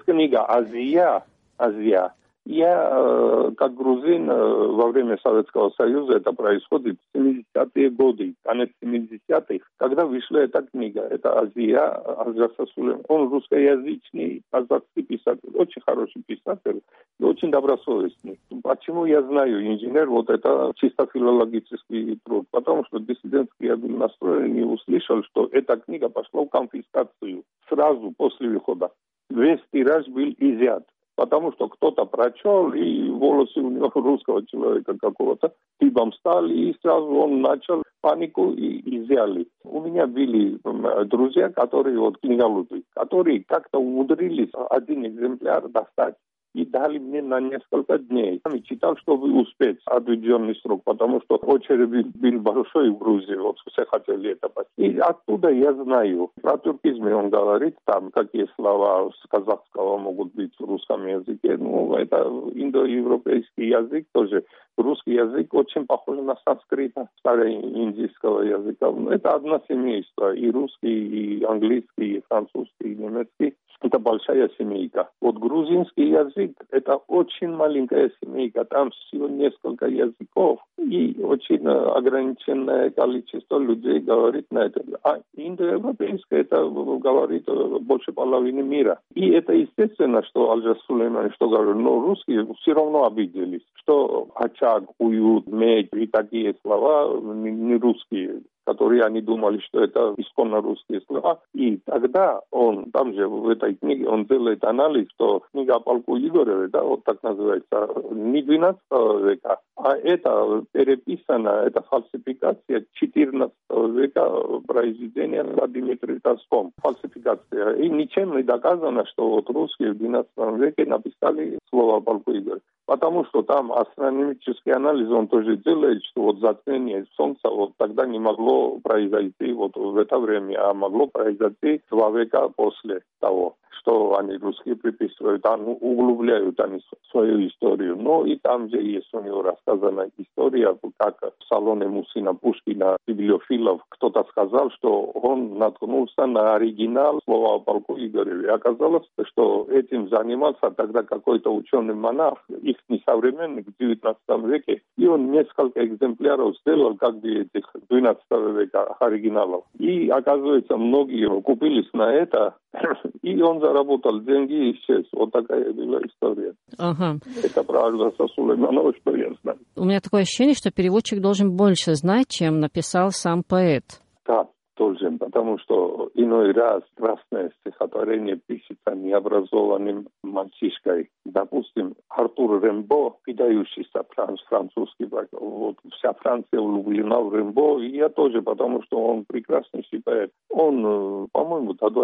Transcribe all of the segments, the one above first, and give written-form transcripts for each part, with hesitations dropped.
есть книга «Азия». Я, как грузин, во время Советского Союза, это происходит в 70-е годы, конец 70-х, когда вышла эта книга. Это «Азия», Азия Сасулем. Он русскоязычный казахский писатель, очень хороший писатель и очень добросовестный. Почему я знаю инженер, вот это чисто филологический труд? Потому что диссидентский я был настроен и услышал, что эта книга пошла в конфискацию сразу после выхода. Весь тираж был изъят. Потому что кто-то прочел, и волосы у него русского человека какого-то типом стали, и сразу он начал панику и изъяли. У меня были друзья, которые вот книголюбы, которые как-то умудрились один экземпляр достать и дали мне на несколько дней. Я читал, чтобы успеть отведенный срок, потому что очередь был большой в Грузии, вот все хотели это почти. И оттуда я знаю. Про туркизме он говорит, там какие слова с казахского могут быть в русском языке. Ну, это индоевропейский язык тоже. Русский язык очень похож на санскрит, староиндийского языка. Это одно семейство. И русский, и английский, и французский, и немецкий. Это большая семейка. Вот грузинский язык – это очень маленькая семейка. Там всего несколько языков. И очень ограниченное количество людей говорит на это. А индоевропейское – это говорит больше половины мира. И это естественно, что Алжас Сулейман, что говорит, но русские все равно обиделись, что очаг, уют, медь и такие слова не русские, которые они думали, что это исконно русские слова. И тогда он, там же в этой книге, он делает анализ, что книга о полку Игореве, да, вот так называется, не 12 века, а это переписано, это фальсификация 14 века произведения Владимира Третьяком. Фальсификация. И ничем не доказано, что вот русские в 12 веке написали слово о полку Игореве. Потому что там астрономический анализ он тоже делает, что вот затмение Солнца вот тогда не могло произойти вот в это время, а могло произойти 2 века после того, что они русские приписывают, углубляют они свою историю. Но и там же есть у него рассказана история, как в салоне Мусина Пушкина библиофилов кто-то сказал, что он наткнулся на оригинал слова о полку Игореве. И оказалось, что этим занимался тогда какой-то ученый-монах, их несовременник в 19 веке, и он несколько экземпляров сделал как бы этих 12 века оригиналов. И оказывается, многие купились на это, и он заработал деньги и исчез. Вот такая была история. Ага. Это про Алжаса Сулейманова, что я знаю. У меня такое ощущение, что переводчик должен больше знать, чем написал сам поэт. Да, должен, потому что иной раз красное стихотворение пишется необразованным мальчишкой. Допустим, Артур Рембо, выдающийся французский, вот вся Франция влюблена в Рембо, и я тоже, потому что он прекрасный поэт. Он, по-моему, до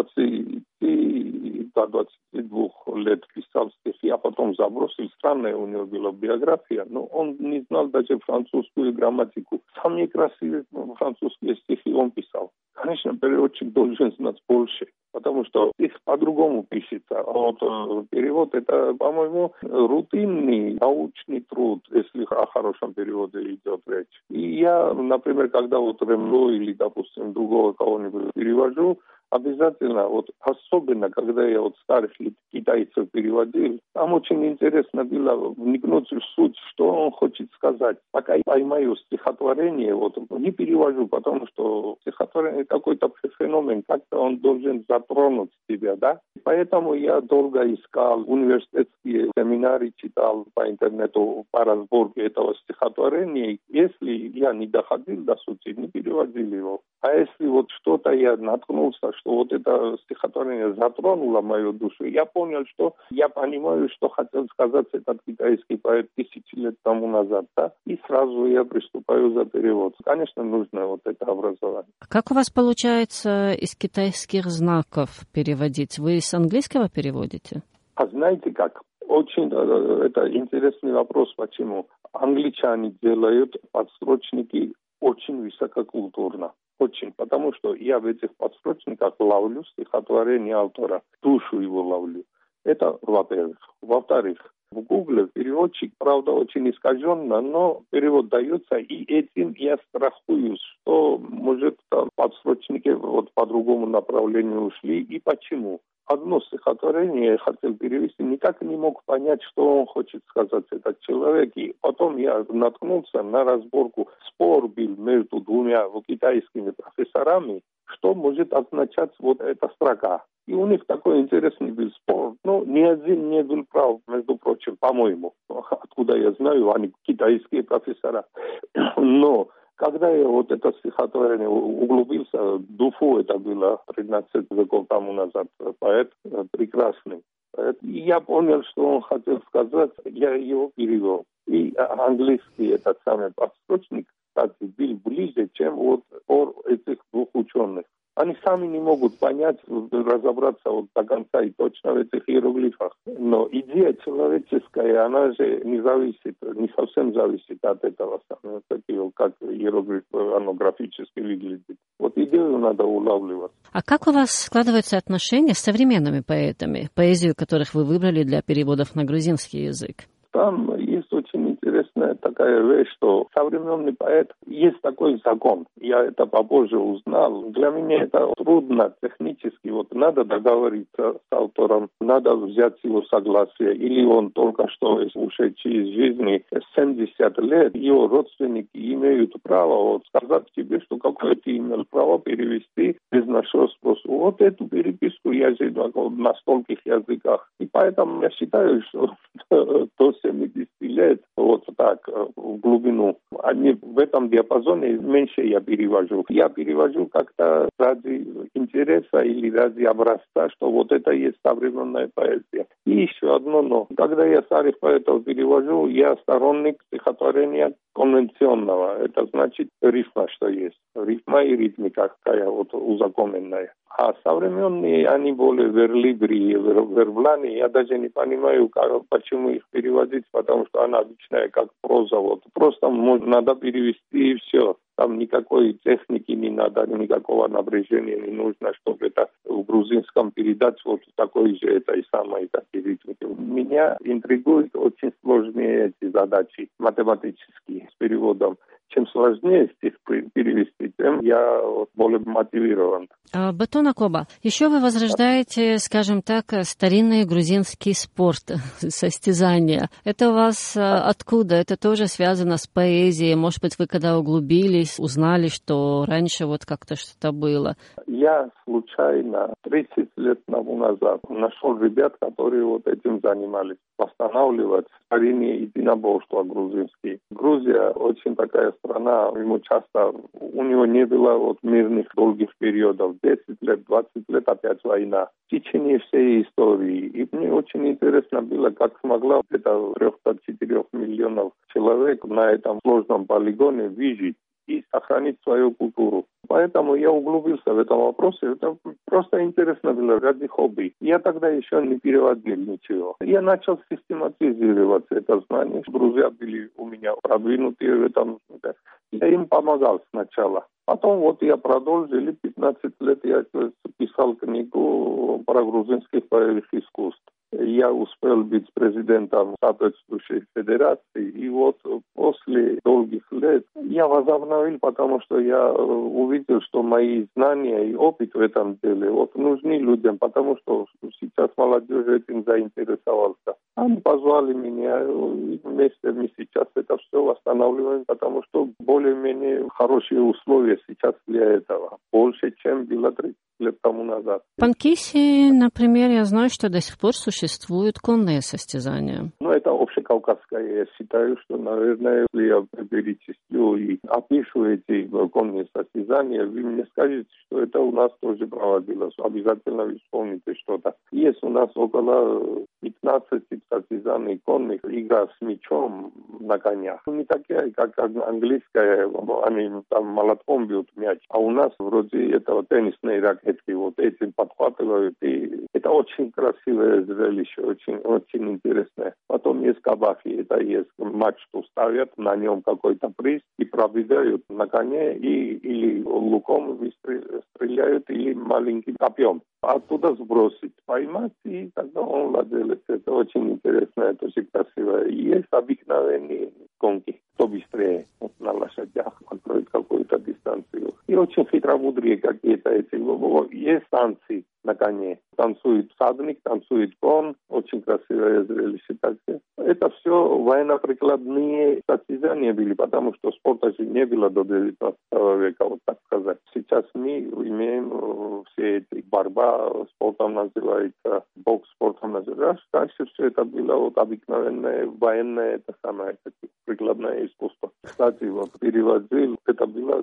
22 лет писал стихи, а потом забросил. Странная у него была биография, но он не знал даже французскую грамматику. Самые красивые французские стихи он писал. Конечно, переводчик должен знать больше, потому что их по-другому пишется. А вот перевод – это, по-моему, рутинный научный труд, если о хорошем переводе идет речь. И я, например, когда вот Рембо или, допустим, другого кого-нибудь перевожу, обязательно, вот особенно, когда я вот старых китайцев переводил, там очень интересно было вникнуть в суть, что он хочет сказать. Пока я поймаю стихотворение, вот не перевожу, потому что стихотворение какой-то феномен, как-то он должен затронуть тебя, да? Поэтому я долго искал, университетские семинары читал по интернету по разборке этого стихотворения. Если я не доходил до сути, не переводил его. А если вот что-то я наткнулся, что вот это стихотворение затронуло мою душу, я понял, что я понимаю, что хотел сказать этот китайский поэт 1000 лет тому назад, да, и сразу я приступаю за перевод. Конечно, нужно вот это образование. Как у вас получается из китайских знаков переводить? Вы с английского переводите? А знаете как? Очень это интересный вопрос, почему. Англичане делают подстрочники очень высококультурно. Очень, потому что я в этих подстрочниках ловлю стихотворение автора, душу его ловлю. Это во-первых. Во-вторых, В Гугле переводчик, правда, очень искаженно, но перевод дается, и этим я страхуюсь, что, может, там подсрочники вот по другому направлению ушли, и почему. Одно стихотворение я хотел перевести, никак не мог понять, что он хочет сказать, этот человек. И потом я наткнулся на разборку. Спор был между двумя китайскими профессорами, что может означать вот эта строка. И у них такой интересный был спор. Но ни один не был прав, между прочим, по-моему. Откуда я знаю, они китайские профессора. Но когда я вот это стихотворение углубился, Дуфу это было 13 веков тому назад, поэт прекрасный. И я понял, что он хотел сказать, я его перевел. И английский этот самый подстрочник, кстати, был ближе, чем вот спор этих двух ученых. Они сами не могут понять, разобраться вот до конца и точно в этих иероглифах. Но идея человеческая, она же не зависит, не совсем зависит от этого самого, как иероглиф, оно графически выглядит. Вот идею надо улавливать. А как у вас складываются отношения с современными поэтами, поэзию которых вы выбрали для переводов на грузинский язык? Там есть очень интересная такая вещь, что современный поэт, есть такой закон. Я это попозже узнал. Для меня это трудно технически. Вот надо договориться с автором, надо взять его согласие. Или он только что ушедший из жизни 70 лет, его родственники имеют право вот сказать тебе, что какое ты имел право перевести без нашего спроса. Вот эту переписку я сделал на стольких языках. И поэтому я считаю, что до 70 лет, вот так, в глубину. Они в этом диапазоне меньше я перевожу. Я перевожу как-то ради интереса или ради образца, что вот это есть современная поэзия. И еще одно но. Когда я старых поэтов перевожу, я сторонник стихотворения конвенционного. Это значит рифма, что есть. Рифма и ритмика какая вот узаконенная. А современные, они более верлибрии, вербланы. Я даже не понимаю, почему их переводить, потому что она обычная, как проза. Вот. Просто надо перевести и все. Там никакой техники не надо, никакого напряжения не нужно, чтобы это в грузинском передать вот такой же этой самой такой ритмики. Меня интригуют очень сложные эти задачи математические с переводом. Чем сложнее стих перевести, тем я более мотивирован. Батон Акоба, еще вы возрождаете, скажем так, старинный грузинский спорт, состязания. Это у вас откуда? Это тоже связано с поэзией? Может быть, вы когда углубились, узнали, что раньше вот как-то что-то было? Я случайно 30 лет назад нашел ребят, которые вот этим занимались. Восстанавливать старинные единоборства грузинские. Грузия очень такая страна, ему часто, у него не было вот мирных долгих периодов. 10 лет, 20 лет опять война. В течение всей истории. И мне очень интересно было, как смогла где-то 3-4 миллионов человек на этом сложном полигоне выжить и сохранить свою культуру. Поэтому я углубился в этом вопросе. Это просто интересно было ради хобби. Я тогда еще не переводил ничего. Я начал систематизировать это знание. Друзья были у меня продвинутые в этом. Я им помогал сначала. Потом вот я продолжил, 15 лет я писал книгу про грузинских боевых искусств. Я успел быть президентом соответствующей федерации, и вот после долгих лет я возобновил, потому что я увидел, что мои знания и опыт в этом деле вот нужны людям, потому что сейчас молодежь этим заинтересовался. Они позвали меня, и вместе мы сейчас это все восстанавливаем, потому что более-менее хорошие условия сейчас для этого, больше, чем было 30 лет тому назад. В Панкисе, например, я знаю, что до сих пор существуют конные состязания. Ну, это общекавказское. Я считаю, что, наверное, если я перечислю и опишу эти конные состязания, вы мне скажете, что это у нас тоже проводилось. Обязательно вы вспомните что-то. Есть у нас около 15 состязаний конных, игра с мячом на конях. Не такая, как английская, они там молотком бьют мяч. А у нас вроде этого теннисные ракетки вот этим подхватывают. И это очень красивое зрелище, очень интересное. Потом есть кабахи, это есть мачту ставят, на нем какой-то приз и пробегают на коне и или луком стреляют, или маленьким копьем. Оттуда сбросить, поймать, и тогда он владелец. палец. Это очень интересно, это очень красиво. И есть обыкновенные гонки, кто быстрее на лошадях контролирует какую-то дистанцию. И очень хитромудрые какие-то эти. Есть танцы на коне. Танцует всадник, танцует конь. Очень красивое зрелище. Это все военно-прикладные состязания были, потому что спорта же не было до 19 века, вот так сказать. Сейчас мы имеем все эти борьба спортом называется, бокс спортом называется. Раньше все это было вот обыкновенное военное, это самое прикладное искусство. Кстати, вот переводил, это было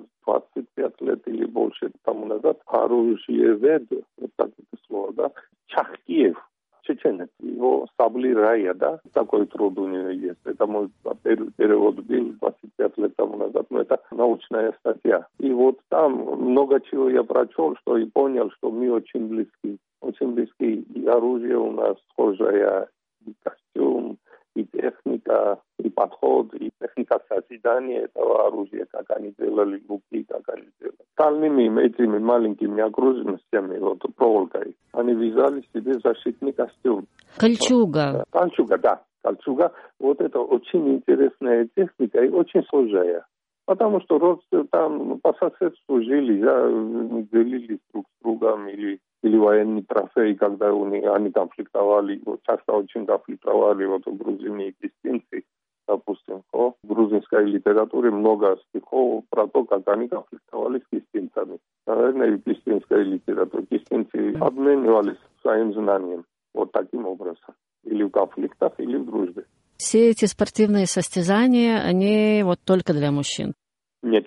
25 лет или больше тому назад, оружиевед, вот так это слово, да, Чахкиев, чеченец, его «Сабли рая», да, такой труд у него есть. Это мой перевод был 25 лет тому назад, но это научная статья. И вот там много чего я прочел, что и понял, что мы очень близки. Очень близки. И оружие у нас схожее, и костюм, и техника, и подход, и техника созидания этого оружия, как они делали луки, как они делали. Стальными этими маленькими окружностями, вот проволокой, они вязали себе защитный костюм. Кольчуга. Кольчуга, да. Кольчуга. Вот это очень интересная техника и очень сложная. Потому что там по соседству жили, делились друг с другом или военные трофеи, когда они конфликтовали, часто очень конфликтовали вот в Грузии и Кистинцы, допустим. В грузинской литературе много стихов про то, как они конфликтовали с кистинцами. Наверное, и в кистинской литературе. Кистинцы обменивались своим знанием вот таким образом. Или в конфликтах, или в дружбе. Все эти спортивные состязания, они вот только для мужчин? Нет.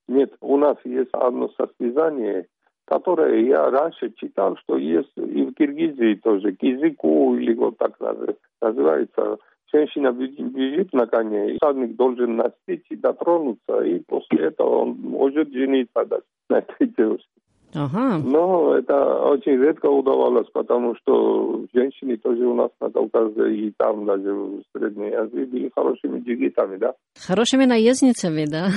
У нас есть одно состязание, которое я раньше читал, что есть и в Киргизии тоже, кизику, или вот так называется. Женщина бежит на коне, и всадник должен настичь и дотронуться, и после этого он может жениться на этой девушке. Ага. Но это очень редко удавалось, потому что женщины тоже у нас на Кавказе и там даже в Средней Азии были хорошими джигитами, да? Хорошими наездницами, да?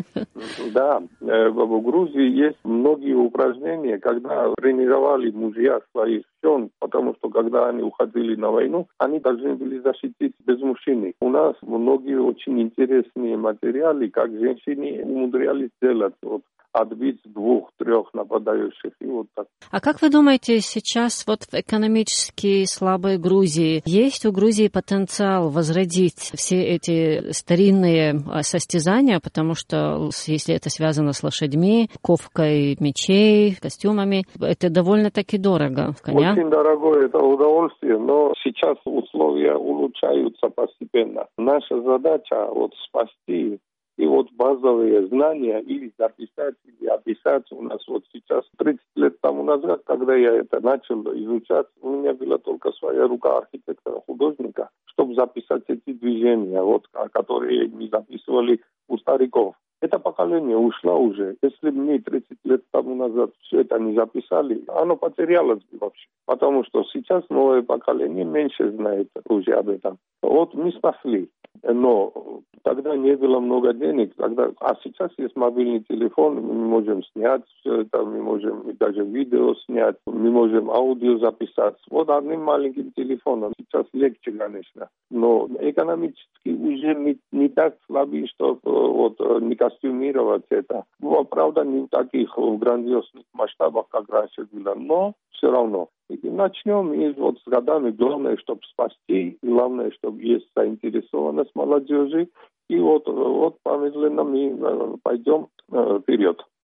Да, в Грузии есть многие упражнения, когда тренировали мужья своих жен, потому что когда они уходили на войну, они должны были защитить без мужчины. У нас многие очень интересные материалы, как женщины умудрялись делать. Вот отбить 2-3 нападающих и вот так. А как вы думаете, сейчас вот в экономически слабой Грузии есть у Грузии потенциал возродить все эти старинные состязания, потому что если это связано с лошадьми, ковкой мечей, костюмами, это довольно-таки дорого. Коня? Очень дорогое это удовольствие, но сейчас условия улучшаются постепенно. Наша задача вот спасти и вот базовые знания или записать, или описать. У нас вот сейчас 30 лет тому назад, когда я это начал изучать, у меня была только своя рука архитектора, художника, чтобы записать эти движения, вот, которые мы записывали у стариков. Это поколение ушло уже. Если бы мы 30 лет тому назад все это не записали, оно потерялось бы вообще. Потому что сейчас новое поколение меньше знает уже об этом. Вот мы спасли. Но тогда не было много денег, а сейчас есть мобильный телефон, мы можем снять все это, мы можем даже видео снять, мы можем аудио записать. Вот одним маленьким телефоном. Сейчас легче, конечно. Но экономически уже не так слабые, чтобы вот, не костюмировать это. Правда, не в таких грандиозных масштабах, как раньше было, но все равно. И начнем, и вот с годами главное, чтобы спасти, главное, чтобы есть заинтересованность молодежи, и вот помедленно мы пойдем вперед.